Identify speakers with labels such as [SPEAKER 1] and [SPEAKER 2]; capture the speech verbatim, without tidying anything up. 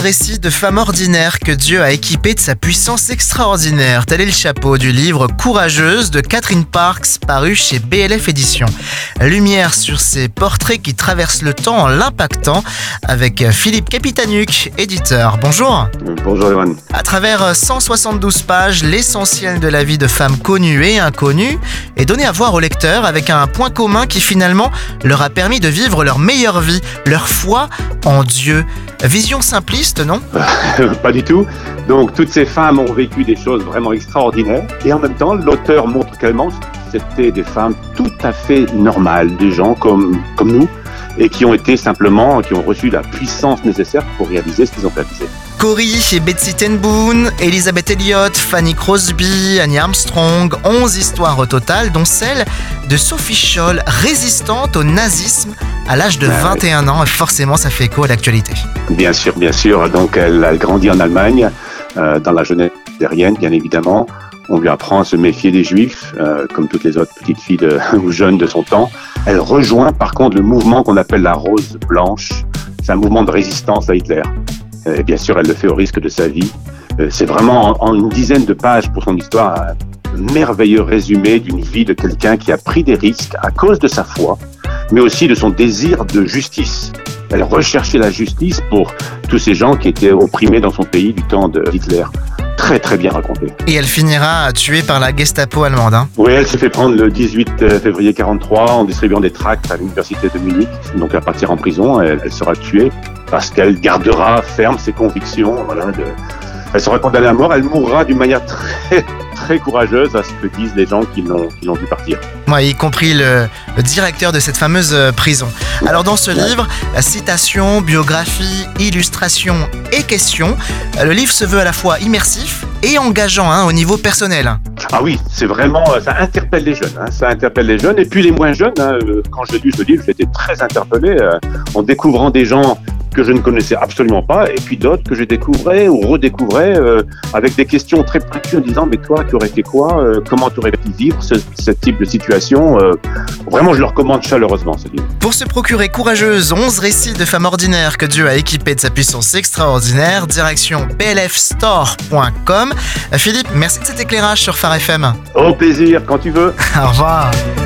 [SPEAKER 1] récits de femmes ordinaires que Dieu a équipées de sa puissance extraordinaire. Tel est le chapeau du livre Courageuse de Catherine Parks, paru chez B L F Éditions. Lumière sur ces portraits qui traversent le temps en l'impactant avec Philippe Capitanuc, éditeur. Bonjour.
[SPEAKER 2] Bonjour Ewan.
[SPEAKER 1] À travers cent soixante-douze pages, l'essentiel de la vie de femmes connues et inconnues est donné à voir aux lecteurs avec un point commun qui finalement leur a permis de vivre leur meilleure vie, leur foi en Dieu. Vision simpliste, non ?
[SPEAKER 2] Pas du tout. Donc toutes ces femmes ont vécu des choses vraiment extraordinaires et en même temps l'auteur montre qu'elles c'était des femmes tout à fait normales, des gens comme, comme nous et qui ont été simplement, qui ont reçu la puissance nécessaire pour réaliser ce qu'ils ont réalisé.
[SPEAKER 1] Corrie et Betsy ten Boom, Elizabeth Elliot, Fanny Crosby, Annie Armstrong, onze histoires au total, dont celle de Sophie Scholl, résistante au nazisme à l'âge de vingt et un ans. Forcément, ça fait écho à l'actualité.
[SPEAKER 2] Bien sûr, bien sûr. Donc, elle a grandi en Allemagne, euh, dans la jeunesse hitlérienne, bien évidemment. On lui apprend à se méfier des Juifs, euh, comme toutes les autres petites filles de, ou jeunes de son temps. Elle rejoint, par contre, le mouvement qu'on appelle la Rose Blanche. C'est un mouvement de résistance à Hitler. Et bien sûr, elle le fait au risque de sa vie. C'est vraiment en, en une dizaine de pages pour son histoire un merveilleux résumé d'une vie de quelqu'un qui a pris des risques à cause de sa foi, mais aussi de son désir de justice. Elle recherchait la justice pour tous ces gens qui étaient opprimés dans son pays du temps de Hitler. Très très bien raconté.
[SPEAKER 1] Et elle finira tuée par la Gestapo allemande. Hein.
[SPEAKER 2] Oui, elle s'est fait prendre le dix-huit février quarante-trois en distribuant des tracts à l'université de Munich. Donc elle va partir en prison, elle, elle sera tuée parce qu'elle gardera ferme ses convictions. Voilà, de... Elle sera condamnée à mort, elle mourra d'une manière très très courageuse à ce que disent les gens qui l'ont, qui l'ont vu partir.
[SPEAKER 1] Ouais, y compris le, le directeur de cette fameuse prison. Alors dans ce livre, citation, biographie, illustration et questions, le livre se veut à la fois immersif et engageant hein, au niveau personnel.
[SPEAKER 2] Ah oui, c'est vraiment, ça interpelle les jeunes, hein, ça interpelle les jeunes et puis les moins jeunes. Hein, quand j'ai lu ce livre, j'étais très interpellé euh, en découvrant des gens que je ne connaissais absolument pas, et puis d'autres que je découvrais ou redécouvrais euh, avec des questions très pointues en disant « mais toi, tu aurais fait quoi euh, Comment tu aurais pu vivre ce, ce type de situation euh, ?» Vraiment, je le recommande chaleureusement, ce livre.
[SPEAKER 1] Pour se procurer Courageuse, onze récits de femmes ordinaires que Dieu a équipées de sa puissance extraordinaire, direction b l f store point com. Philippe, merci de cet éclairage sur Phare F M.
[SPEAKER 2] Au plaisir, quand tu veux.
[SPEAKER 1] Au revoir.